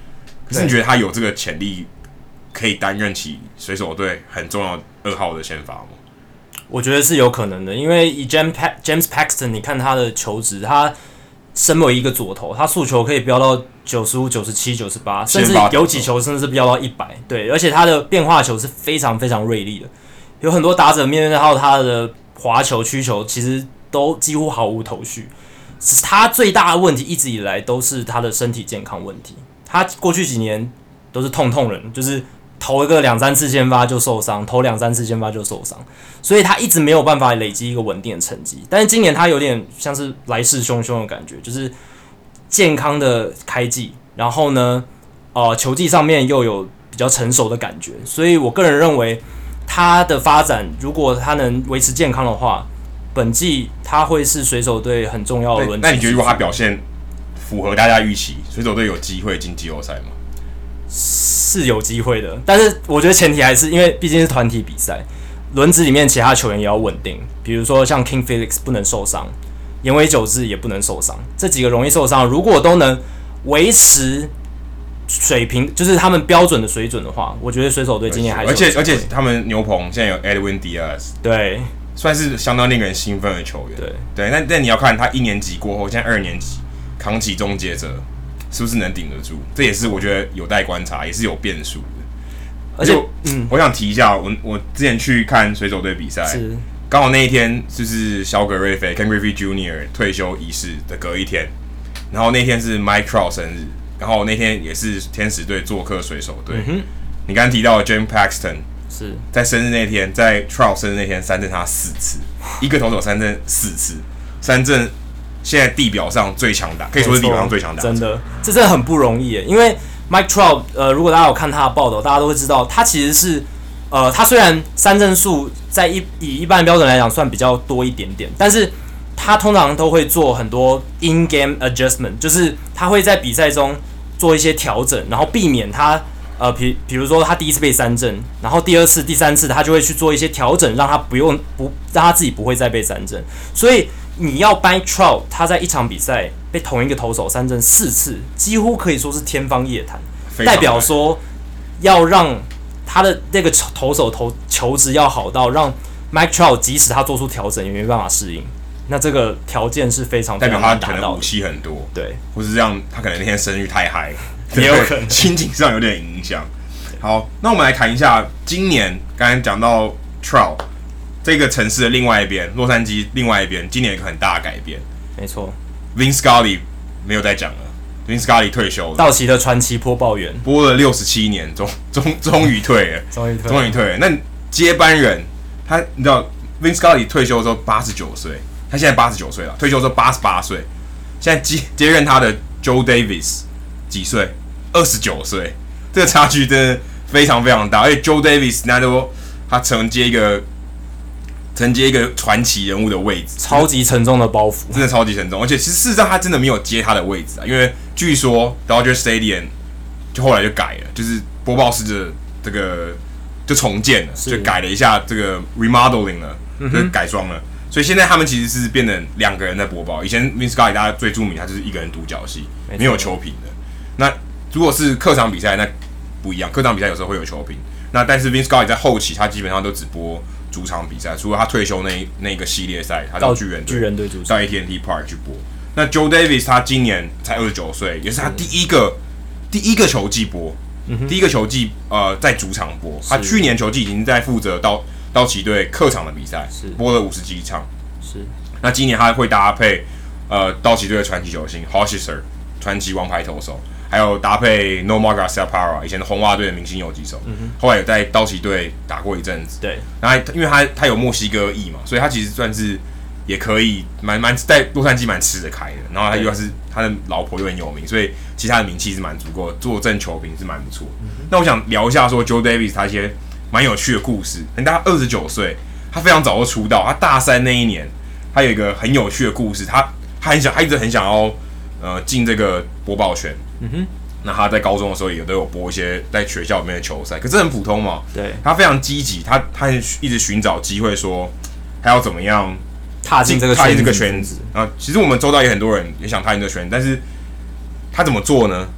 可是你觉得他有这个潜力，可以担任起水手队很重要二号的先发吗？ 我觉得是有可能的，因为以 James James Paxton， 你看他的球质，他身为一个左投，他速球可以飙到九十五、九十七、九十八，甚至有几球甚至是飙到一百。对，而且他的变化球是非常非常锐利的，有很多打者面对到他的滑球、曲球，其实都几乎毫无头绪。他最大的问题一直以来都是他的身体健康问题。他过去几年都是痛痛人，就是投一个两三次先发就受伤，投两三次先发就受伤，所以他一直没有办法累积一个稳定的成绩。但是今年他有点像是来势汹汹的感觉，就是健康的开季，然后呢，呃，球技上面又有比较成熟的感觉，所以我个人认为他的发展，如果他能维持健康的话，本季他会是水手队很重要的轮值。 那你觉得如果他表现符合大家预期，水手队有机会进季后赛吗？ 是有机会的，但是我觉得前提还是因为毕竟是团体比赛，轮值里面其他球员也要稳定，比如说像 King Felix 不能受伤，岩尾久志也不能受伤，这几个容易受伤，如果都能维持水平，就是他们标准的水准的话，我觉得水手队今年还是有机会。 而且而且他们牛棚现在有 Edwin Diaz， 对， 算是相当令人兴奋的球员。 对对，但但你要看他一年级过后，现在二年级扛起终结者，是不是能顶得住？这也是我觉得有待观察，也是有变数的。而且，嗯，我想提一下，我我之前去看水手队比赛，刚好那一天就是小葛瑞菲 Ken Griffey Junior 退休仪式的隔一天，然后那天是 Mike Trout 生日，然后那天也是天使队做客水手队。嗯、你刚刚提到的 James Paxton 是在生日那天，在 Trout 生日那天三振他四次，一个投手三振四次，三振现在地表上最强打，可以说是地表上最强打， 真的，这真的很不容易耶。因为 Mike Trout， 呃，如果大家有看他的报道，大家都会知道，他其实是，呃，他虽然三振数在一以一般的标准来讲算比较多一点点，但是他通常都会做很多 in game adjustment， 就是他会在比赛中做一些调整，然后避免他，呃，比比如说他第一次被三振，然后第二次、第三次他就会去做一些调整，让他不用不让他自己不会再被三振，所以。你要掰 Trout， 他在一场比赛被同一个投手三振四次，几乎可以说是天方夜谭。代表说，要让他的那个投手投球质要好到让 Mike Trout 即使他做出调整也没办法适应。那这个条件是非常非常难达到的。代表他可能武器很多， 对， 或是这样，他可能那天生育太嗨， 也有可能心情上有点影响。好，那我们来谈一下今年刚才讲到 Trout。这个城市的另外一边，洛杉矶另外一边，今年有一个很大的改变。 没错 ，Vin Scully 没有再讲了 ，Vin Scully 退休了。 道奇的传奇播报员播了六十七年，终终终于退了， 终于退， 终于退了。那接班人，他你知道 Vin Scully 退休的时候八十九岁，他现在八十九岁了，退休的时候八十八岁，现在接接任他的 Joe Davis 几岁？二十九岁，这个差距真的非常非常大。而且 Joe Davis 那都他承接一个。承接一个传奇人物的位置， 超级沉重的包袱， 真的超级沉重。而且其实事实上他真的没有接他的位置啊，因为据说 Dodger Stadium 就后来就改了，就是播报室的这个就重建了，就改了一下这个 remodeling 了，嗯、就改装了。所以现在他们其实是变成两个人在播报。以前 Vin Scully 大家最著名，他就是一个人独角戏，没有球评的。那如果是客场比赛，那不一样，客场比赛有时候会有球评。那但是 Vin Scully 在后期，他基本上都只播主场比赛，除了他退休那那个系列赛，他到巨人队， 巨人队主到 A T and T Park 去播。那 Joe Davis 他今年才二十九岁，也是他第一个、嗯、第一个球季播，嗯、第一个球季呃在主场播。他去年球季已经在负责道道奇队客场的比赛，播了五十几场。 是。 那今年他会搭配呃道奇队的传奇球星 Hoshiser 传奇王牌投手。还有搭配 Nomar Garciaparra 以前的红袜队的明星游击手，嗯、后来有在道奇队打过一阵子。 对， 然后因为他他有墨西哥裔嘛，所以他其实算是也可以蛮蛮在洛杉矶蛮吃得开的。然后他又是他的老婆又很有名，所以其实他的名气是蛮足够的，坐镇球评是蛮不错。嗯、那我想聊一下说 Joe Davis 他一些蛮有趣的故事。人家二十九岁，他非常早就出道。他大三那一年，他有一个很有趣的故事。他他很想，他一直很想要呃进这个播报圈。嗯哼，那他在高中的时候也都有播一些在学校里面的球赛，可是很普通嘛。 对， 他非常积极，他他一直寻找机会，说他要怎么样踏进这个踏进这个圈子啊。其实我们周遭也很多人也想踏进这个圈子，但是他怎么做呢？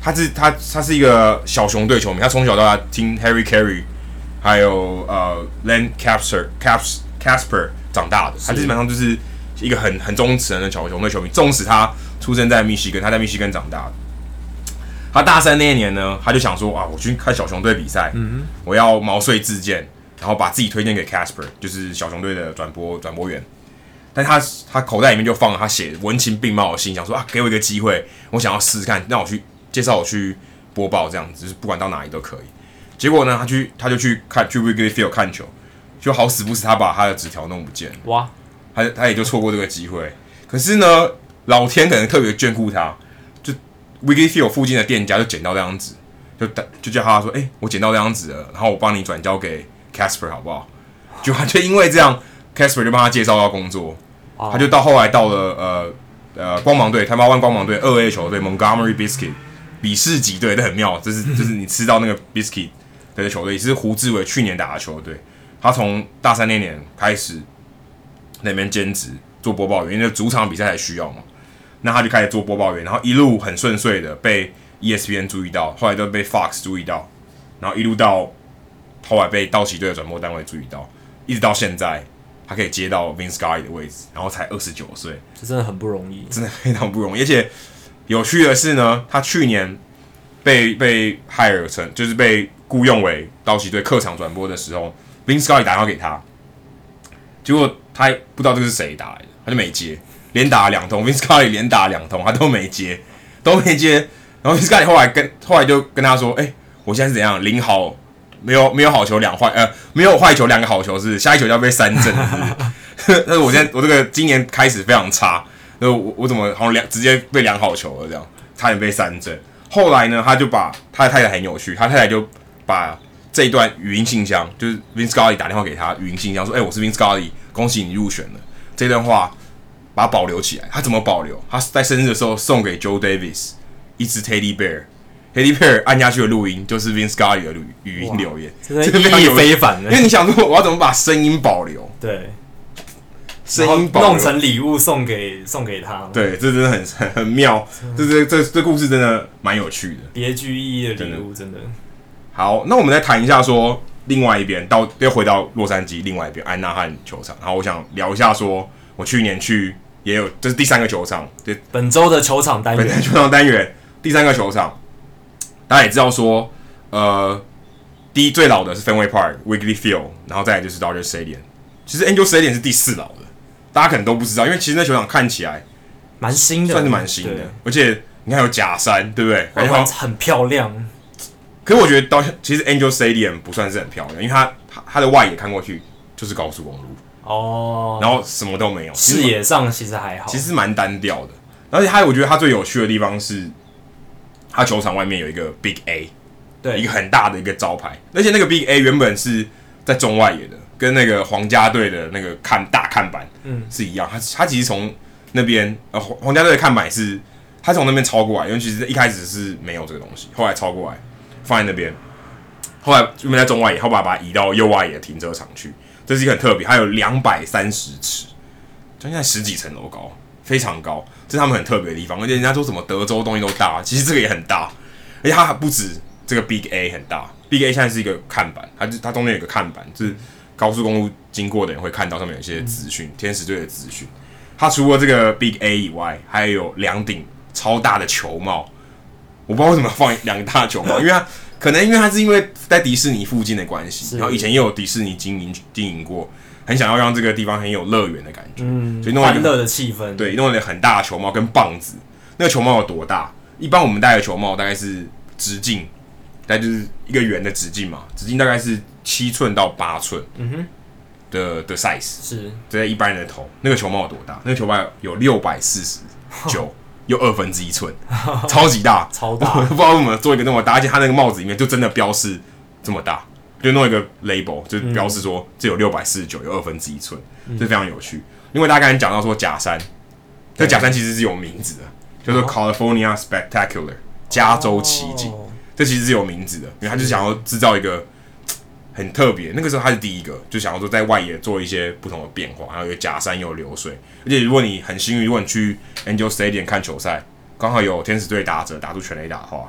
他是他他是一个小熊队球迷，他从小到大听 Harry Carey 还有呃 Len Casper Caps Casper 长大的，他基本上就是一个很很忠实的小熊队球迷。纵使他出生在密西根，他在密西根长大的。他大三那一年呢，他就想说啊，我去看小熊队比赛，嗯、我要毛遂自荐，然后把自己推荐给 Casper， 就是小熊队的转播转播员。但他他口袋里面就放了他写文情并茂的信，想说啊，给我一个机会，我想要试试看，让我去介绍我去播报这样子，就是不管到哪里都可以。结果呢，他去他就去看去 Wrigley Field 看球，就好死不死他把他的纸条弄不见了，哇！他他也就错过这个机会。可是呢，老天可能特别眷顾他，就 Wrigley Field 附近的店家就捡到这张纸，就就叫他说，哎、欸，我捡到这张纸了，然后我帮你转交给 Casper 好不好？就他就因为这样 ，Casper 就帮他介绍到工作，他就到后来到了呃呃光芒队，台湾光芒队二 A 球队 Montgomery Biscuit 比士级队，这很妙，就是就是你吃到那个 Biscuit 的球队，也是胡志伟去年打的球队。他从大三那年开始那边兼职做播报员，因为主场比赛才需要嘛，那他就开始做播报员，然后一路很顺遂的被 E S P N 注意到，后来都被 Fox 注意到，然后一路到后来被道奇队的转播单位注意到，一直到现在，他可以接到 Vince Scully 的位置，然后才二十九岁， 这真的很不容易， 真的非常不容易。而且有趣的是呢，他去年被被 hire 成，就是被雇用为道奇队客场转播的时候。Vince Scully 打电话给他，结果他不知道这个是谁打来的，他就没接，连打了两通 ，Vince Scully 连打两通，他都没接，都没接。然后 Vince Scully 后来跟后来就跟他说：“哎、欸，我现在是怎样？零好，没有没有好球两坏，呃，没有坏球两个好球是下一球就要被三振，是但是我现在我这个今年开始非常差，那我我怎么好像两直接被两好球了这样，差点被三振。后来呢，他就把他的太太很有趣，他太太就把这一段语音信箱，就是 Vince Scully 打电话给他语音信箱说：“哎、欸，我是 Vince Scully， 恭喜你入选了。”这段话把它保留起来。他怎么保留？他在生日的时候送给 Joe Davis 一只 Teddy Bear。Teddy Bear 按下去的录音就是 Vince Scully 的语音留言， 真的意义非凡。因为你想说，我要怎么把声音保留？ 对， 声音保留弄成礼物送给送给他。 对，这真的很很很妙。这这这这故事真的蛮有趣的， 别具意义的礼物，真的。 好，那我们再谈一下说，另外一边到又回到洛杉矶另外一边安纳汉球场，然后我想聊一下说，我去年去也有，这是第三个球场， 本周的球场单元， 本周球场单元第三个球场，大家也知道说，呃，第一最老的是 Fenway Park、Wrigley Field， 然后再来就是 Dodger Stadium， 其实 Angel Stadium 是第四老的，大家可能都不知道，因为其实那球场看起来蛮新的， 算是蛮新的，而且你看有假山，对不对？ 外观很漂亮。 可是我觉得到其实 Angel Stadium 不算是很漂亮，因为它它的外野看过去就是高速公路哦，然后什么都没有， 视野上其实还好， 其实蛮单调的。而且它我觉得它最有趣的地方是，它球场外面有一个 Big A， 对，一个很大的一个招牌，而且那个 Big A 原本是在中外野的，跟那个皇家队的那个看大看板嗯是一样，它它其实从那边呃皇家队的看板是它从那边抄过来，因为其实一开始是没有这个东西，后来抄过来。放在那边，后来原本在中外野，后来把它移到右外野的停车场去。这是一个很特别，它有两百三十尺，将近十几层楼高，非常高。这是他们很特别的地方。而且人家说什么德州东西都大，其实这个也很大，而且它不止这个 Big A 很大 ，Big A 现在是一个看板，它它中间有一个看板，就是高速公路经过的人会看到上面有一些资讯，天使队的资讯。它除了这个 Big A 以外，还有两顶超大的球帽。我不知道为什么放两个大球帽，因为它可能因为它是因为在迪士尼附近的关系，然后以前也有迪士尼经营经营过，很想要让这个地方很有乐园的感觉，嗯，所以弄欢乐的气氛， 对，弄了很大的球帽跟棒子。那个球帽有多大？一般我们戴的球帽大概是直径，大概就是一个圆的直径嘛，直径大概是七寸到八寸，嗯哼的的 size 是，这在一般人的头。那个球帽有多大？那个球帽有六百四十九。又二分之一寸，超级大， 超大！ 我不知道为什么做一个那么大，而且它那个帽子里面就真的标示这么大，就弄一个 label， 就标示说这有六百四十九，有二分之一寸，这非常有趣。因为大家刚才讲到说假山，这假山其实是有名字的，叫做 California Spectacular， 加州奇景，这其实是有名字的，因为他就是想要制造一个很特别。那个时候他是第一个，就想要说在外野做一些不同的变化，还有一个假山又有流水。而且如果你很幸运，如果你去 Angel Stadium 看球赛，刚好有天使队打者打出全垒打的话，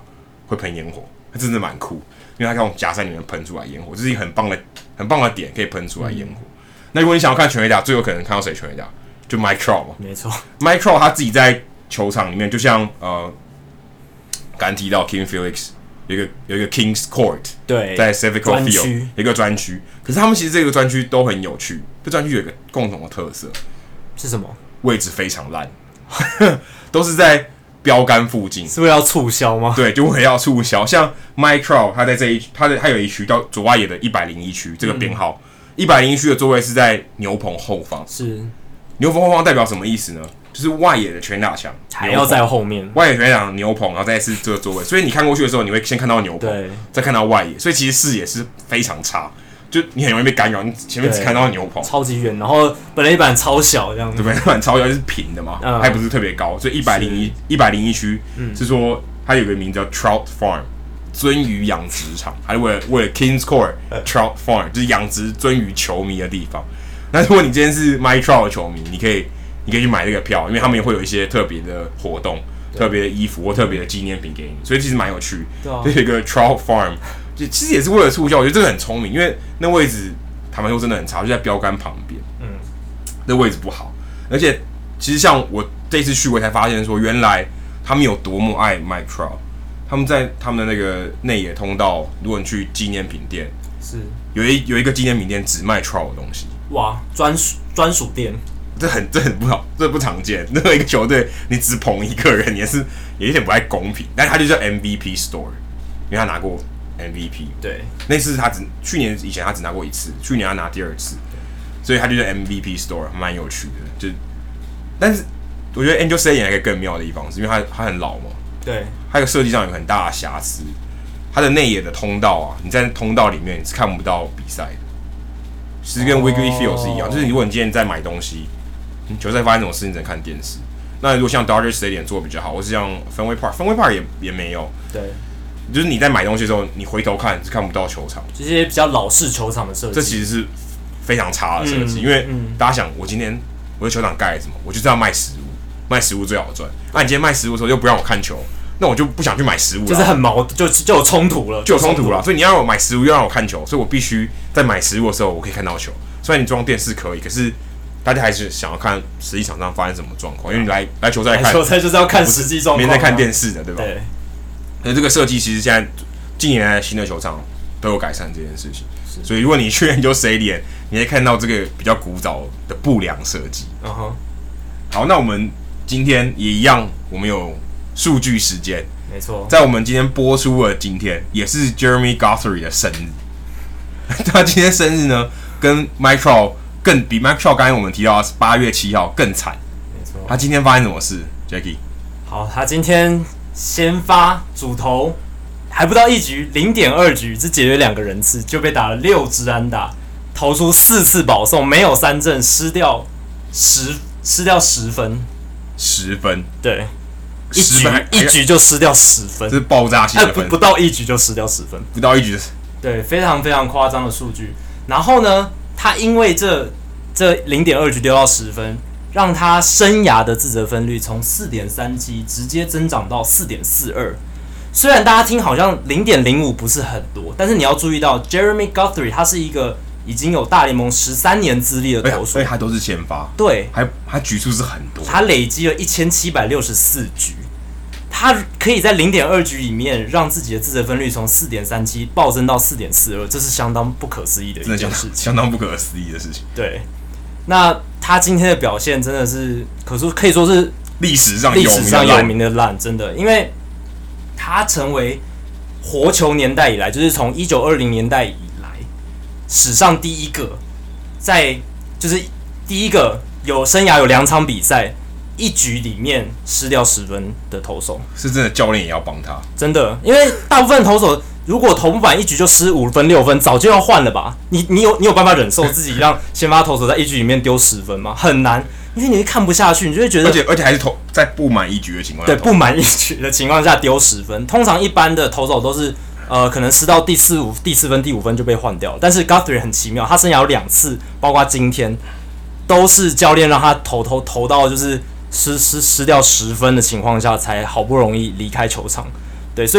会喷烟火，它真的蛮酷，因为它从夹山里面喷出来烟火，这是一个很棒的很棒的点，可以喷出来烟火。嗯、那如果你想要看全垒打，最有可能看到谁全垒打？就 Mike Trout 嘛， 没错 ，Mike Trout 他自己在球场里面，就像呃，刚刚提到 King Felix 有一个有一个 Kings Court， 对， 在 Civicol Field 有一个专区，可是他们其实这个专区都很有趣，这专区有一个共同的特色是什么？ 位置非常烂，都是在标杆附近， 是为了要促销吗？ 对，就为了要促销。像 Mike Trout 他在这一他的他有一区叫左外野的一百零一区，这个编号一百零一区的座位是在牛棚后方， 是。 牛棚后方代表什么意思呢？就是外野的全打墙还要在后面， 外野全打墙牛棚，然后再是这个座位，所以你看过去的时候，你会先看到牛棚，再看到外野，所以其实视野是非常差，就你很容易被干扰，你前面只看到牛棚， 超级远，然后本垒板超小这样子， 对，本垒板超小，就是平的嘛，嗯、还不是特别高，所以一百零一一百零一区是说它有个名字叫 Trout Farm。鳟鱼养殖场，还是为了为了 Kings Court Trout Farm， 就是养殖鳟鱼球迷的地方。那如果你今天是 Mike Trout 的球迷，你可以你可以去买这个票，因为他们也会有一些特别的活动、特别的衣服或特别的纪念品给你，所以其实蛮有趣。就有一个 Trout Farm， 其实也是为了促销，我觉得这个很聪明，因为那位置坦白说真的很差，就在标杆旁边，嗯，那位置不好，而且其实像我这次去，我才发现说，原来他们有多么爱 Mike Trout。他们在他们的那个内野通道，如果你去纪念品店， 是有一有一个纪念品店只卖 Trout 的东西， 哇，专属专属店， 这很这很不好，这不常见。任何一个球队你只捧一个人，也是也有点不太公平。但他就叫 M V P Store， 因为他拿过 M V P， 对， 那次他只去年以前他只拿过一次，去年他拿第二次，所以他就叫 M V P Store， 蛮有趣的。就但是我觉得 Angel Stadium 还可以更妙的地方，是因为他他很老嘛。 对， 它的设计上有很大的瑕疵，它的内野的通道啊，你在通道里面你是看不到比赛的，其实跟 Wrigley Field 是一样， oh. 就是如果你今天在买东西，你球赛发生这种事情只能看电视。那如果像 Dodger Stadium 做的比较好，或是像 Fenway Park，Fenway Park 也也没有， 对， 就是你在买东西的时候，你回头看是看不到球场， 这些比较老式球场的设计， 这其实是非常差的设计，嗯、因为大家想，我今天我的球场盖什么，我就是要卖食物。卖食物最好赚，那、啊、你今天卖食物的时候又不让我看球，那我就不想去买食物了， 就是很矛，就就有冲突了， 就有冲突了。所以你要我买食物，又让我看球，所以我必须在买食物的时候我可以看到球。虽然你装电视可以，可是大家还是想要看实际场上发生什么状况，因为你来来球赛看， 球赛就是要看实际状况， 没人在看电视的，对吧？ 对。 那这个设计其实现在近年来新的球场都有改善这件事情，所以如果你去研究 Stadium， 你会看到这个比较古早的不良设计。嗯哼。好，那我们。今天也一样，我们有数据时间， 没错， 在我们今天播出的今天，也是 Jeremy Guthrie 的生日。他今天生日呢，跟 Mike Trout 更比 Mike Trout 刚才我们提到的八月七号更惨。 没错， 他今天发生什么事 ？Jackie， 好，他今天先发主投，还不到一局，零点二局，只解决两个人次，就被打了六支安打，投出四次保送，没有三振，失掉十失掉十分。 十分， 对，一局一局就失掉十分， 这是爆炸性的分， 不不到一局就失掉十分， 不到一局， 对，非常非常夸张的数据。然后呢，他因为这这零点二局丢到十分，让他生涯的自责分率从四点三七直接增长到四点四二。虽然大家听好像零点零五不是很多，但是你要注意到 Jeremy Guthrie 他是一个。已经有大联盟十三年资历的投手， 所以他都是先发， 对， 还他局数是很多， 他累积了一千七百六十四局，他可以在零点二局里面让自己的自责分率从四点三七暴增到四点四二，这是相当不可思议的一件事情， 相当不可思议的事情。 对，那他今天的表现真的是，可说可以说是历史上历史上有名的烂，真的，因为他成为活球年代以来，就是从一九二零年代以史上第一个，在就是第一个有生涯有两场比赛一局里面失掉十分的投手， 是真的教练也要帮他， 真的，因为大部分投手如果投不满一局就失五分六分，早就要换了吧？你你有你有办法忍受自己让先发投手在一局里面丢十分吗？很难，因为你会看不下去，你就会觉得， 而且而且还是投在不满一局的情况下， 对，不满一局的情况下丢十分，通常一般的投手都是。呃，可能失到第四五、第四分、第五分就被换掉了。但是 Guthrie 很奇妙，他生涯有两次，包括今天，都是教练让他投投投到就是失失失掉十分的情况下，才好不容易离开球场。对，所以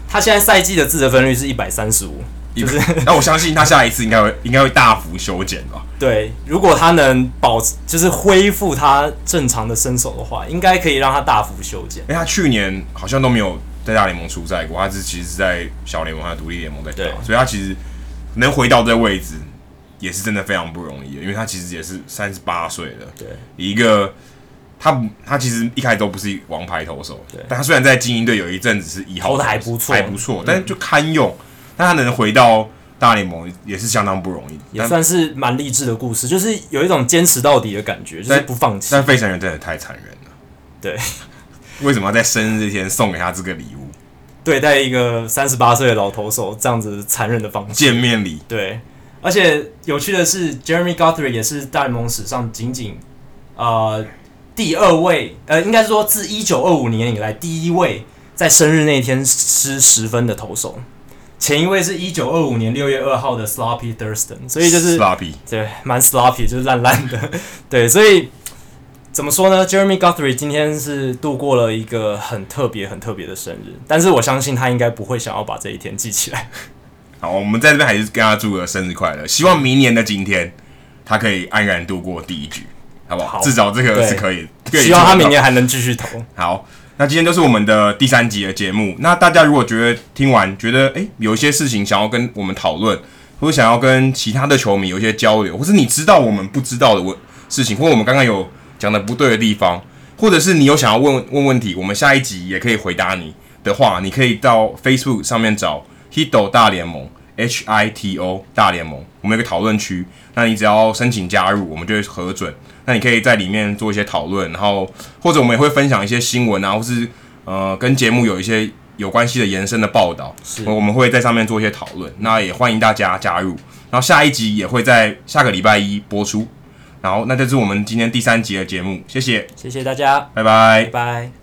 他现在赛季的自得分率是一百三十五，就是， 那我相信他下一次应该会应该会大幅修剪吧。 对，如果他能保持就是恢复他正常的身手的话，应该可以让他大幅修剪。 因为他去年好像都没有在大联盟出赛过，他是其实是在小联盟和独立联盟在打，所以他其实能回到这个位置也是真的非常不容易的，因为他其实也是三十八岁了， 对， 一个他他其实一开始都不是王牌投手，但他虽然在精英队有一阵子是一号投的还不错， 还不错，但是就堪用，但他能回到大联盟也是相当不容易， 也算是蛮励志的故事，就是有一种坚持到底的感觉，就是不放弃。 但费城人真的太残忍了， 对， 为什么要在生日这天送给他这个礼物？ 对待一个三十八岁的老投手这样子残忍的方式， 见面礼。 对，而且有趣的是 ，Jeremy Guthrie 也是大联盟史上仅仅呃第二位，呃，应该说自一九二五年以来第一位在生日那天失十分的投手。前一位是一九二五年六月二号的 Sloppy Thurston， 所以就是 Sloppy， 对，蛮 Sloppy， 就是烂烂的，对，所以。怎么说呢 ？Jeremy Guthrie 今天是度过了一个很特别、很特别的生日，但是我相信他应该不会想要把这一天记起来。 好，我们在这边还是跟他祝个生日快乐，希望明年的今天他可以安然度过第一局，好不好？好，至少这个是可以。可以希望他明年还能继续投。 好，那今天就是我们的第三集的节目。那大家如果觉得听完觉得哎、欸、有一些事情想要跟我们讨论，或者想要跟其他的球迷有一些交流，或是你知道我们不知道的事情，或者我们刚刚有讲的不对的地方，或者是你有想要问问问题，我们下一集也可以回答你的话，你可以到 Facebook 上面找 Hito 大联盟 H I T O 大联盟，我们有个讨论区，那你只要申请加入，我们就会核准。那你可以在里面做一些讨论，然后或者我们也会分享一些新闻啊，或是呃跟节目有一些有关系的延伸的报道，我们会在上面做一些讨论。那也欢迎大家加入，然后下一集也会在下个礼拜一播出。然后，那这是我们今天第三集的节目，谢谢， 谢谢大家， 拜拜， 拜拜。